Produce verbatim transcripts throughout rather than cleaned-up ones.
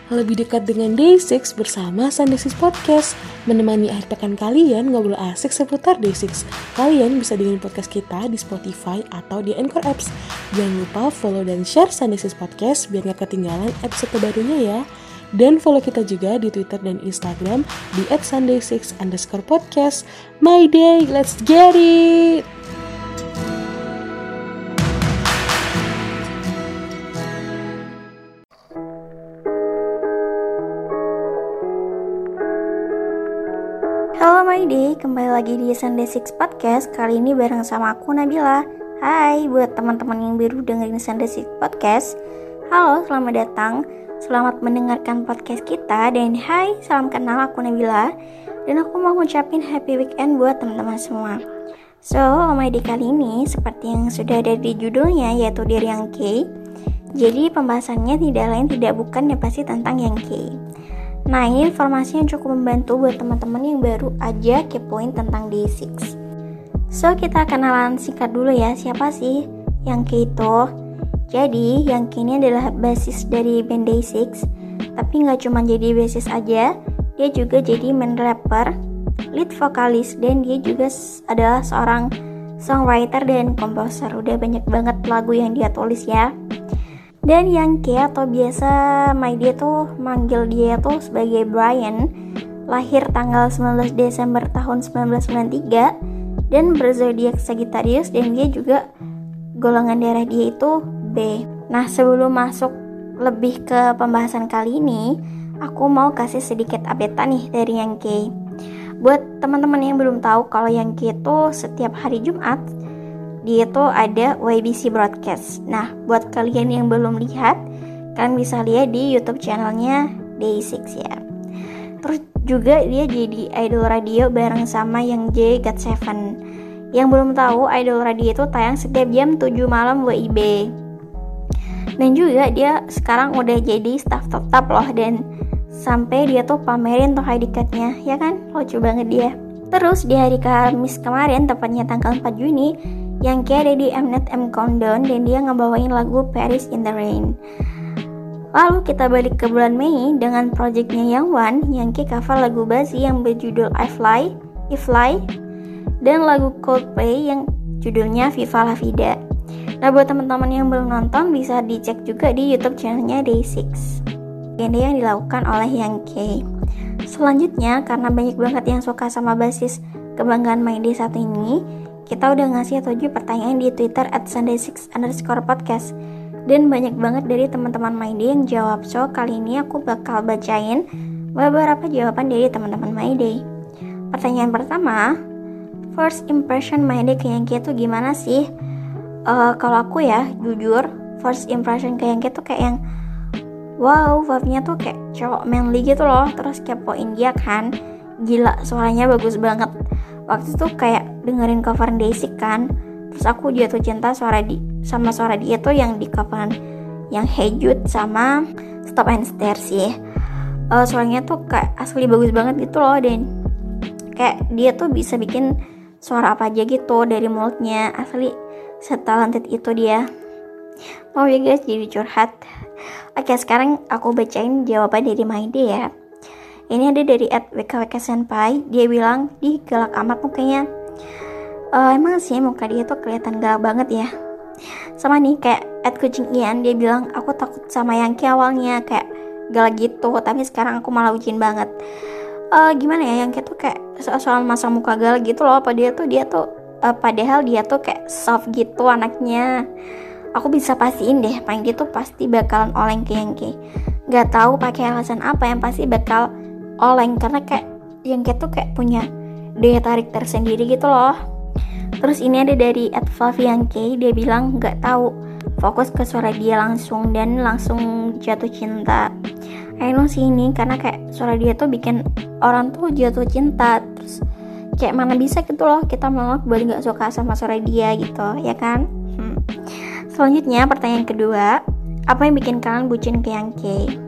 lebih dekat dengan day enam bersama Sunday enam Podcast. Menemani akhir pekan kalian ngobrol asik seputar day enam. Kalian bisa dengerin podcast kita di Spotify atau di Anchor Apps. Jangan lupa follow dan share Sunday enam Podcast biar gak ketinggalan episode terbarunya ya. Dan follow kita juga di Twitter dan Instagram di at sunday enam underscore podcast. My day, let's get it! Halo My Day, kembali lagi di Sunday enam Podcast. Kali ini bareng sama aku Nabila. Hai buat teman-teman yang baru dengerin Sunday enam Podcast. Halo, selamat datang. Selamat mendengarkan podcast kita. Dan hai, salam kenal, aku Nabila. Dan aku mau ngucapin happy weekend buat teman-teman semua. So, My Day kali ini seperti yang sudah ada di judulnya, yaitu Dear Yang K. Jadi pembahasannya tidak lain tidak bukan ya pasti tentang Yang K. Nah, ini informasi yang cukup membantu buat teman-teman yang baru aja kepoin tentang day enam. So, kita kenalan singkat dulu ya, siapa sih Yang K itu? Jadi, Yang K ini adalah basis dari band day enam, tapi gak cuma jadi basis aja, dia juga jadi main rapper, lead vokalis, dan dia juga adalah seorang songwriter dan komposer. Udah banyak banget lagu yang dia tulis ya. Dan Yang K atau biasa My Day tuh manggil dia tuh sebagai Brian, lahir tanggal sembilan belas Desember tahun sembilan belas sembilan puluh tiga dan berzodiak Sagittarius, dan dia juga golongan darah dia itu B. Nah, sebelum masuk lebih ke pembahasan kali ini, aku mau kasih sedikit update nih dari Yang K. Buat teman-teman yang belum tahu, kalau Yang K itu setiap hari Jumat dia tuh ada Y B C Broadcast. Nah, buat kalian yang belum lihat, kalian bisa lihat di YouTube channelnya day enam ya. Terus juga dia jadi idol radio bareng sama Yang J God tujuh. Yang belum tahu, idol radio itu tayang setiap jam tujuh malam W I B. Dan juga dia sekarang udah jadi staff tetap loh, dan sampai dia tuh pamerin tuh I D card-nya, ya kan? Lucu banget dia. Terus di hari Kamis kemarin, tepatnya tanggal empat Juni, Yang K ada di Mnet M Countdown dan dia ngebawain lagu Paris in the Rain. Lalu kita balik ke bulan Mei dengan projectnya Yang One. Yang K cover lagu Bazi yang berjudul I Fly, I Fly, dan lagu Coldplay yang judulnya Viva La Vida. Nah, buat teman-teman yang belum nonton bisa dicek juga di YouTube channelnya day enam. Agenda yang dilakukan oleh Yang K. Selanjutnya, karena banyak banget yang suka sama basis kebanggaan My Day satu ini, kita udah ngasih tujuh pertanyaan di Twitter at sunday enam underscore podcast. Dan banyak banget dari teman-teman My Day yang jawab. So, kali ini aku bakal bacain beberapa jawaban dari teman-teman My Day. Pertanyaan pertama, first impression My Day ke Yang K itu gimana sih? Uh, kalau aku ya, jujur, first impression ke Yang K itu kayak yang wow, vibe-nya tuh kayak cowok manly gitu loh. Terus kepoin dia kan, gila suaranya bagus banget. Waktu itu kayak dengerin cover day enam kan, terus aku jatuh cinta suara di sama suara dia tuh yang di cover yang Hey Jude sama Stop and Stare sih. Uh, suaranya tuh kayak asli bagus banget gitu loh, dan kayak dia tuh bisa bikin suara apa aja gitu dari mulutnya. Asli setalented itu dia. Mau ya guys jadi curhat. Oke, sekarang aku bacain jawaban dari My Day ya. Ini ada dari at W K W K Senpai. Dia bilang, di galak amat mukanya. uh, Emang sih muka dia tuh kelihatan galak banget ya. Sama nih kayak at Kucing Ian. Dia bilang, aku takut sama Yang K awalnya kayak galak gitu, tapi sekarang aku malah bucin banget. uh, Gimana ya, Yang K tuh kayak soal masa muka galak gitu loh. Apa dia tuh dia tuh uh, Padahal dia tuh kayak soft gitu anaknya. Aku bisa pastiin deh, paling dia tuh pasti bakalan oleng ke Yang K. Gak tahu pakai alasan apa, yang pasti bakal oleng, karena kayak Yang K tuh kayak punya daya tarik tersendiri gitu loh. Terus ini ada dari at Flavian K. Dia bilang gak tahu, fokus ke suara dia langsung dan langsung jatuh cinta. I know sih ini, karena kayak suara dia tuh bikin orang tuh jatuh cinta. Terus kayak mana bisa gitu loh kita menolak boleh gak suka sama suara dia gitu, ya kan? hmm. Selanjutnya pertanyaan kedua, apa yang bikin kalian bucin ke Yang K?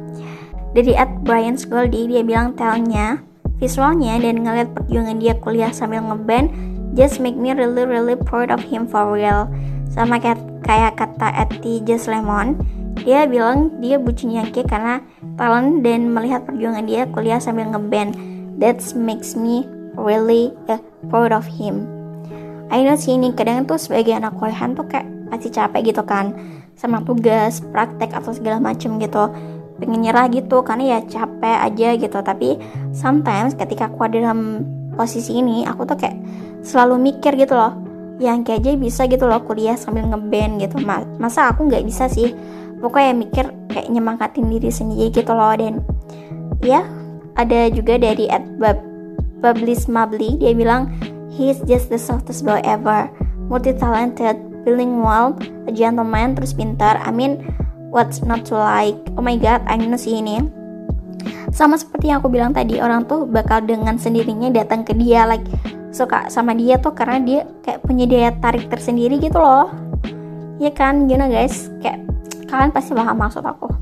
Dari at Brian Goldie, dia bilang talentnya, visualnya, dan ngeliat perjuangan dia kuliah sambil ngeband just make me really really proud of him for real. Sama kayak, kayak kata at T Just Lemon, Dia bilang dia bucin Youngkey karena talent dan melihat perjuangan dia kuliah sambil ngeband. That makes me really uh, proud of him. I know sih ini kadang tuh sebagai anak kuliahan tuh kayak pasti capek gitu kan, sama tugas, praktek atau segala macem gitu, pengen nyerah gitu karena ya capek aja gitu. Tapi sometimes ketika aku ada dalam posisi ini, aku tuh kayak selalu mikir gitu loh, Youngkey aja bisa gitu loh kuliah sambil ngeband gitu, masa aku nggak bisa sih? Pokoknya mikir kayak nyemangatin diri sendiri gitu loh. Dan ya ada juga dari at Bablis Mabli, dia bilang he's just the softest boy ever, multi-talented, bilingual, a gentleman, terus pintar. I mean, what's not to like? Oh my god, I know sih ini. Sama seperti yang aku bilang tadi, orang tuh bakal dengan sendirinya datang ke dia, like suka sama dia tuh karena dia kayak punya daya tarik tersendiri gitu loh. Ya kan, you know guys, kayak kalian pasti paham maksud aku.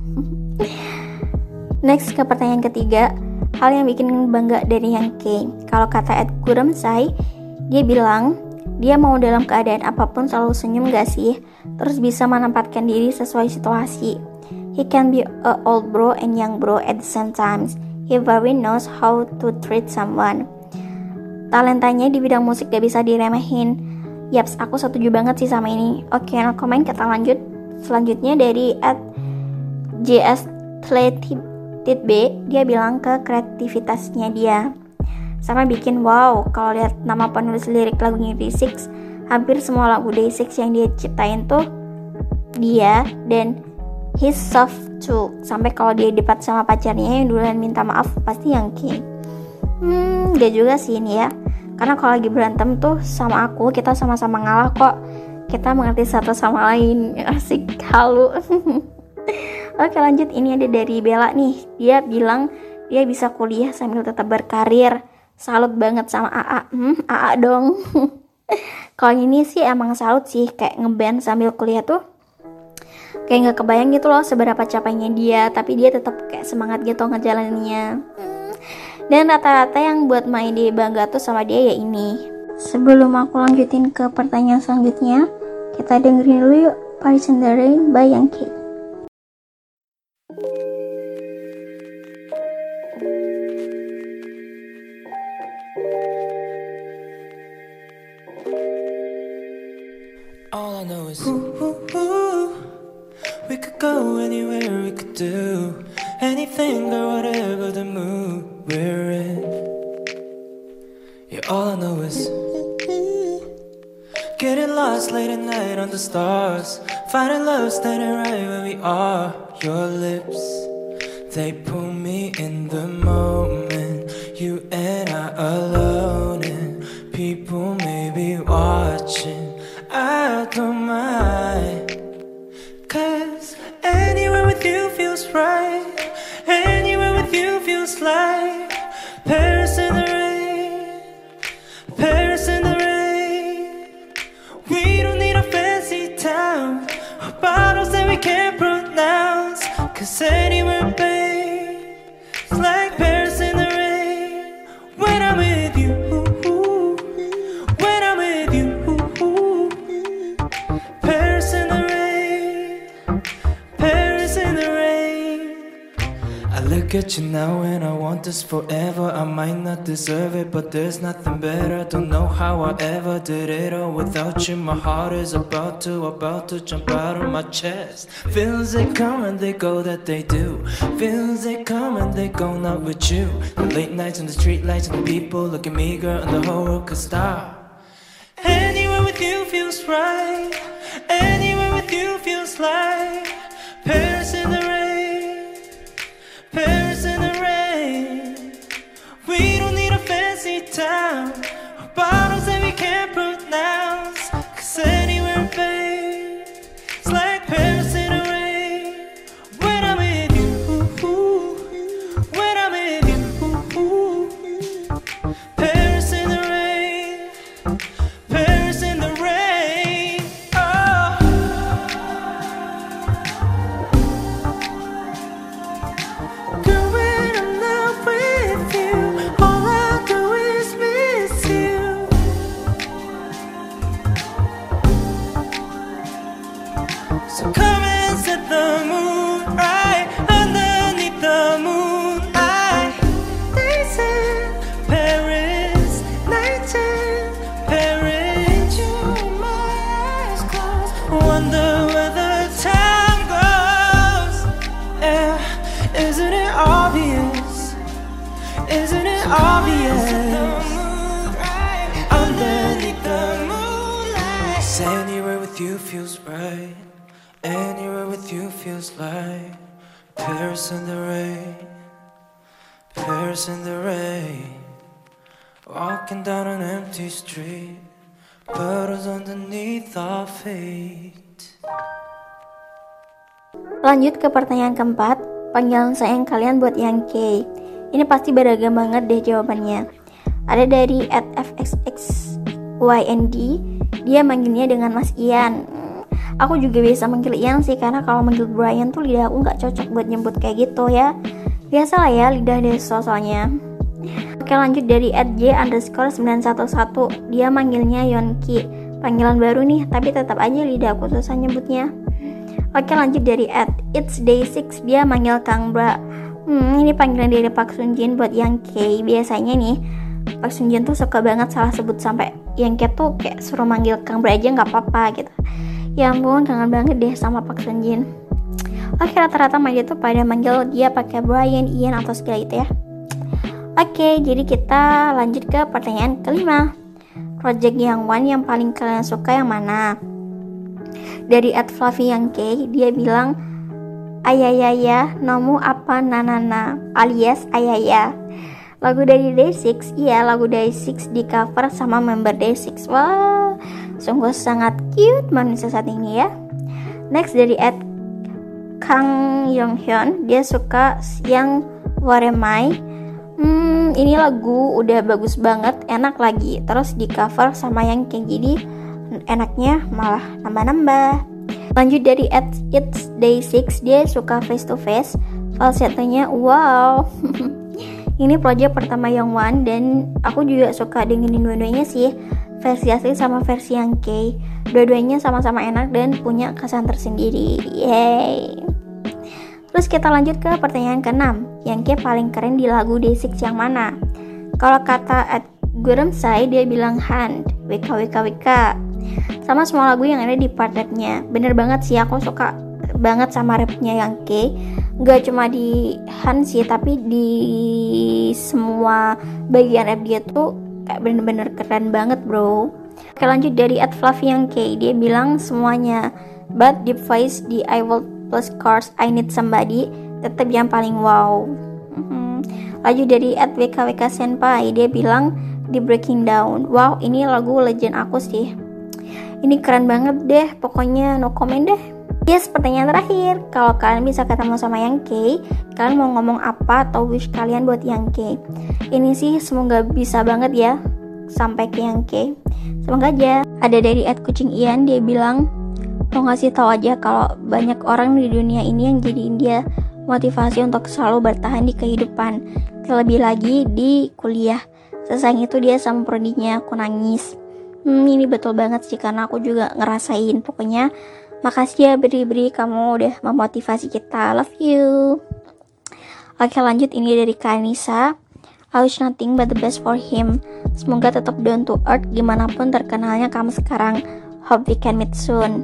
Next ke pertanyaan ketiga, hal yang bikin bangga dari Youngkey. Kalau kata Ed Guremsai, dia bilang dia mau dalam keadaan apapun selalu senyum gak sih, terus bisa menempatkan diri sesuai situasi. He can be a old bro and young bro at the same time. He very knows how to treat someone. Talentanya di bidang musik gak bisa diremehin. Yaps, aku setuju banget sih sama ini. Oke, no comment, kita lanjut. Selanjutnya dari at J S Tletib, dia bilang ke kreativitasnya dia sama bikin wow. Kalau lihat nama penulis lirik lagunya D six, hampir semua lagu D six yang dia ciptain tuh dia, dan he's soft too. Sampai kalau dia debat sama pacarnya yang duluan minta maaf pasti Youngkey. Hmm, dia juga sih ini ya. Karena kalau lagi berantem tuh sama aku, kita sama-sama ngalah kok. Kita mengerti satu sama lain. Asik, halu. Oke lanjut, ini ada dari Bella nih. Dia bilang dia bisa kuliah sambil tetap berkarir. Salut banget sama A A. Hmm, A A dong. Kalau ini sih emang salut sih, kayak ngeband sambil kuliah tuh kayak gak kebayang gitu loh seberapa capeknya dia, tapi dia tetap kayak semangat gitu ngejalaninnya. Hmm. Dan rata-rata yang buat My Day bangga tuh sama dia ya ini. Sebelum aku lanjutin ke pertanyaan selanjutnya, kita dengerin dulu yuk Paris in the Rain by Youngkey. All I know is ooh, ooh, ooh. We could go anywhere, we could do anything or whatever the mood we're in. Yeah, all I know is getting lost late at night on the stars, finding love standing right where we are. Your lips, they pull me in the moment. You and I alone, and people may be watching. I don't mind, 'cause anywhere with you feels right. Anywhere with you feels like Paris in the rain, Paris in the rain. We don't need a fancy town or bottles that we can't pronounce, 'cause anywhere, babe, it's like Paris in the rain. When I'm with you, when I'm with you, Paris in the rain, Paris in the rain. I look at you now and I want this forever. I might not deserve it, but there's nothing better. Don't know how I ever did it all without you. My heart is about to, about to jump out of my chest. Feels they come and they go, that they do. Feels they come and they go, not with you. The late nights and the street lights and the people look at me, girl, and the whole world could stop. Anywhere with you feels right. Anywhere with you feels like Paris in the rain, Paris in the rain. We don't need a fancy town or bottles that we can't pronounce, 'cause anywhere, babe, it's like Paris in the rain. When I'm with you, when I'm with you, Paris in the rain, Paris in the rain. Oh. Girl, when I'm not with you, all I do is miss you. So come and set the mood. Wonder where the time goes. Yeah, isn't it obvious? Isn't it obvious? Underneath the moonlight, say anywhere with you feels right. Anywhere with you feels like Paris in the rain, Paris in the rain. Walking down an empty street, puddles underneath our feet. Lanjut ke pertanyaan keempat. Panggilan sayang kalian buat yang K. Ini pasti beragam banget deh jawabannya. Ada dari at f x x y n d, dia manggilnya dengan Mas Ian. Aku juga bisa manggil Ian sih, karena kalau manggil Brian tuh lidah aku gak cocok buat nyebut kayak gitu ya. Biasalah ya, lidah deso soalnya. Oke, lanjut dari at j underscore sembilan satu satu, dia manggilnya Yonki. Panggilan baru nih, tapi tetap aja lidah aku susah nyebutnya. Oke, lanjut dari at it's day six, dia manggil Kang Bra. Hmm, ini panggilan dari Park Sun Jin buat yang K. Biasanya nih Park Sun Jin tuh suka banget salah sebut, sampai yang K tuh kayak suruh manggil Kang Bra aja nggak apa-apa gitu. Ya ampun, kangen banget deh sama Park Sun Jin. Oke, rata-rata manggil tuh pada manggil dia pakai Brian, Ian atau segala itu ya. Oke, jadi kita lanjut ke pertanyaan kelima. Project yang one yang paling kalian suka yang mana? Dari at Fluffy yang K, dia bilang Ayayaya, nomu apa nanana, alias Ayaya. Lagu dari day six, iya lagu day six di cover sama member day six. Wah, sungguh sangat cute manusia saat ini ya. Next dari at Kang Yong Hyun, dia suka yang Waremai. Hmm, ini lagu udah bagus banget, enak lagi. Terus di cover sama yang kayak gini, enaknya malah nambah-nambah. Lanjut dari at It's Day six, dia suka Face to Face. Falsettonya wow. Ini project pertama yang one, dan aku juga suka dengerin dua-duanya sih, versi asli sama versi yang K. Dua-duanya sama-sama enak dan punya kesan tersendiri. Yeay. Terus kita lanjut ke pertanyaan keenam. Yang K paling keren di lagu day six yang mana? Kalau kata at Guremsai, dia bilang Hand, W K W K W K. Sama semua lagu yang ada di part rapnya. Bener banget sih, aku suka banget sama rapnya yang K. Gak cuma di Hand sih, tapi di semua bagian rap dia tuh kayak bener-bener keren banget bro. Oke, lanjut dari at Fluffy yang K, dia bilang semuanya, but deep voice di I Will Plus Cars I Need Somebody tetap yang paling wow. Mm-hmm. Lanjut dari at W K W K Senpai, dia bilang di Breaking Down. Wow, ini lagu legend aku sih. Ini keren banget deh, pokoknya no comment deh. Yes, pertanyaan terakhir. Kalau kalian bisa ketemu sama yang K, kalian mau ngomong apa atau wish kalian buat yang K? Ini sih semoga bisa banget ya sampai ke yang K. Semoga aja. Ada dari at Kucing Ian, dia bilang mau ngasih tahu aja kalau banyak orang di dunia ini yang jadiin dia motivasi untuk selalu bertahan di kehidupan. Terlebih lagi di kuliah. Sesayang itu dia sama prodinya, aku nangis. Hmm, ini betul banget sih, karena aku juga ngerasain. Pokoknya makasih ya Beri-Beri, kamu udah memotivasi kita. Love you. Oke, lanjut ini dari Kanisa. I wish nothing but the best for him. Semoga tetap down to earth gimana pun terkenalnya kamu sekarang. Hope we can meet soon.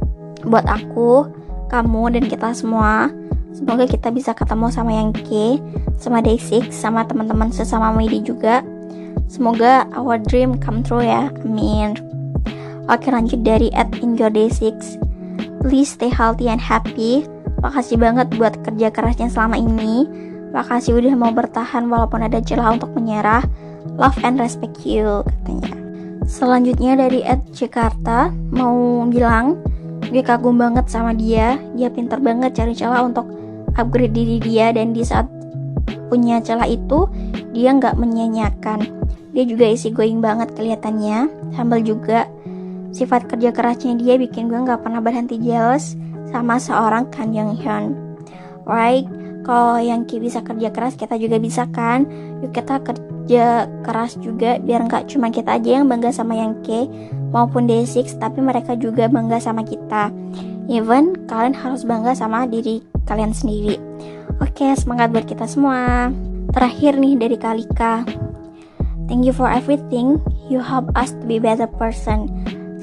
Buat aku, kamu dan kita semua, semoga kita bisa ketemu sama yang K, sama day six, sama teman-teman sesama Midi juga. Semoga our dream come true ya. Amin. Oke, lanjut dari at Enjoy day six. Please stay healthy and happy. Makasih banget buat kerja kerasnya selama ini. Makasih udah mau bertahan walaupun ada celah untuk menyerah. Love and respect you, katanya. Selanjutnya dari at Jakarta, mau bilang gue kagum banget sama dia. Dia pintar banget cari celah untuk upgrade diri dia, dan di saat punya celah itu dia nggak menyanyiakan. Dia juga easy going banget kelihatannya, humble juga. Sifat kerja kerasnya dia bikin gue nggak pernah berhenti jealous sama seorang Kang Yong Hyun. Right? Kalau yang Ki bisa kerja keras, kita juga bisa kan? Yuk kita kerja keras juga, biar nggak cuma kita aja yang bangga sama yang K maupun day six, tapi mereka juga bangga sama kita. Even kalian harus bangga sama diri kalian sendiri. Oke, semangat buat kita semua. Terakhir nih dari Kalika. Thank you for everything. You help us to be better person.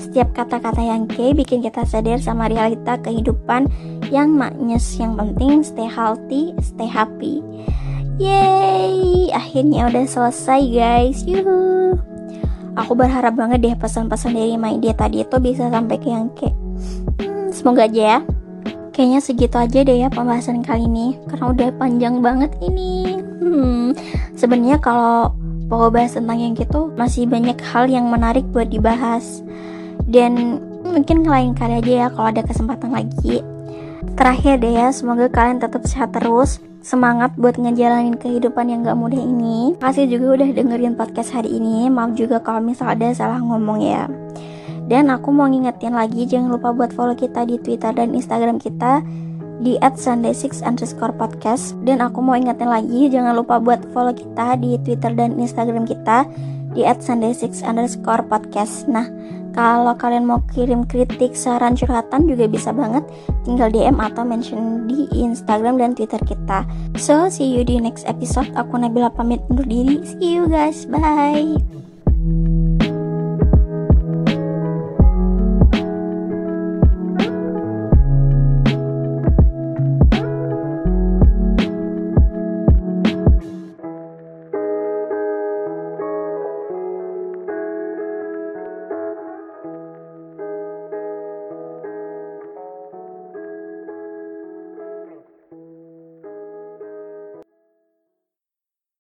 Setiap kata-kata yang K bikin kita sadar sama realita kehidupan yang maknyes. Yang penting stay healthy, stay happy. Yeay, akhirnya udah selesai guys. Yuhu. Aku berharap banget deh pesan-pesan dari My Day tadi itu bisa sampai ke yang K. hmm, Semoga aja ya. Kayaknya segitu aja deh ya pembahasan kali ini, karena udah panjang banget ini. Hmm, sebenarnya kalau mau bahas tentang yang gitu masih banyak hal yang menarik buat dibahas. Dan mungkin lain kali aja ya kalau ada kesempatan lagi. Terakhir deh ya, semoga kalian tetap sehat terus. Semangat buat ngejalanin kehidupan yang gak mudah ini. Makasih juga udah dengerin podcast hari ini. Maaf juga kalau misal ada salah ngomong ya. Dan aku mau ngingetin lagi, jangan lupa buat follow kita di Twitter dan Instagram kita di at sunday six underscore podcast. Dan aku mau ingetin lagi, jangan lupa buat follow kita di Twitter dan Instagram kita di at sunday six underscore podcast. Nah, kalau kalian mau kirim kritik, saran, curhatan juga bisa banget. Tinggal D M atau mention di Instagram dan Twitter kita. So, see you di next episode. Aku Nabila pamit undur diri. See you guys, bye.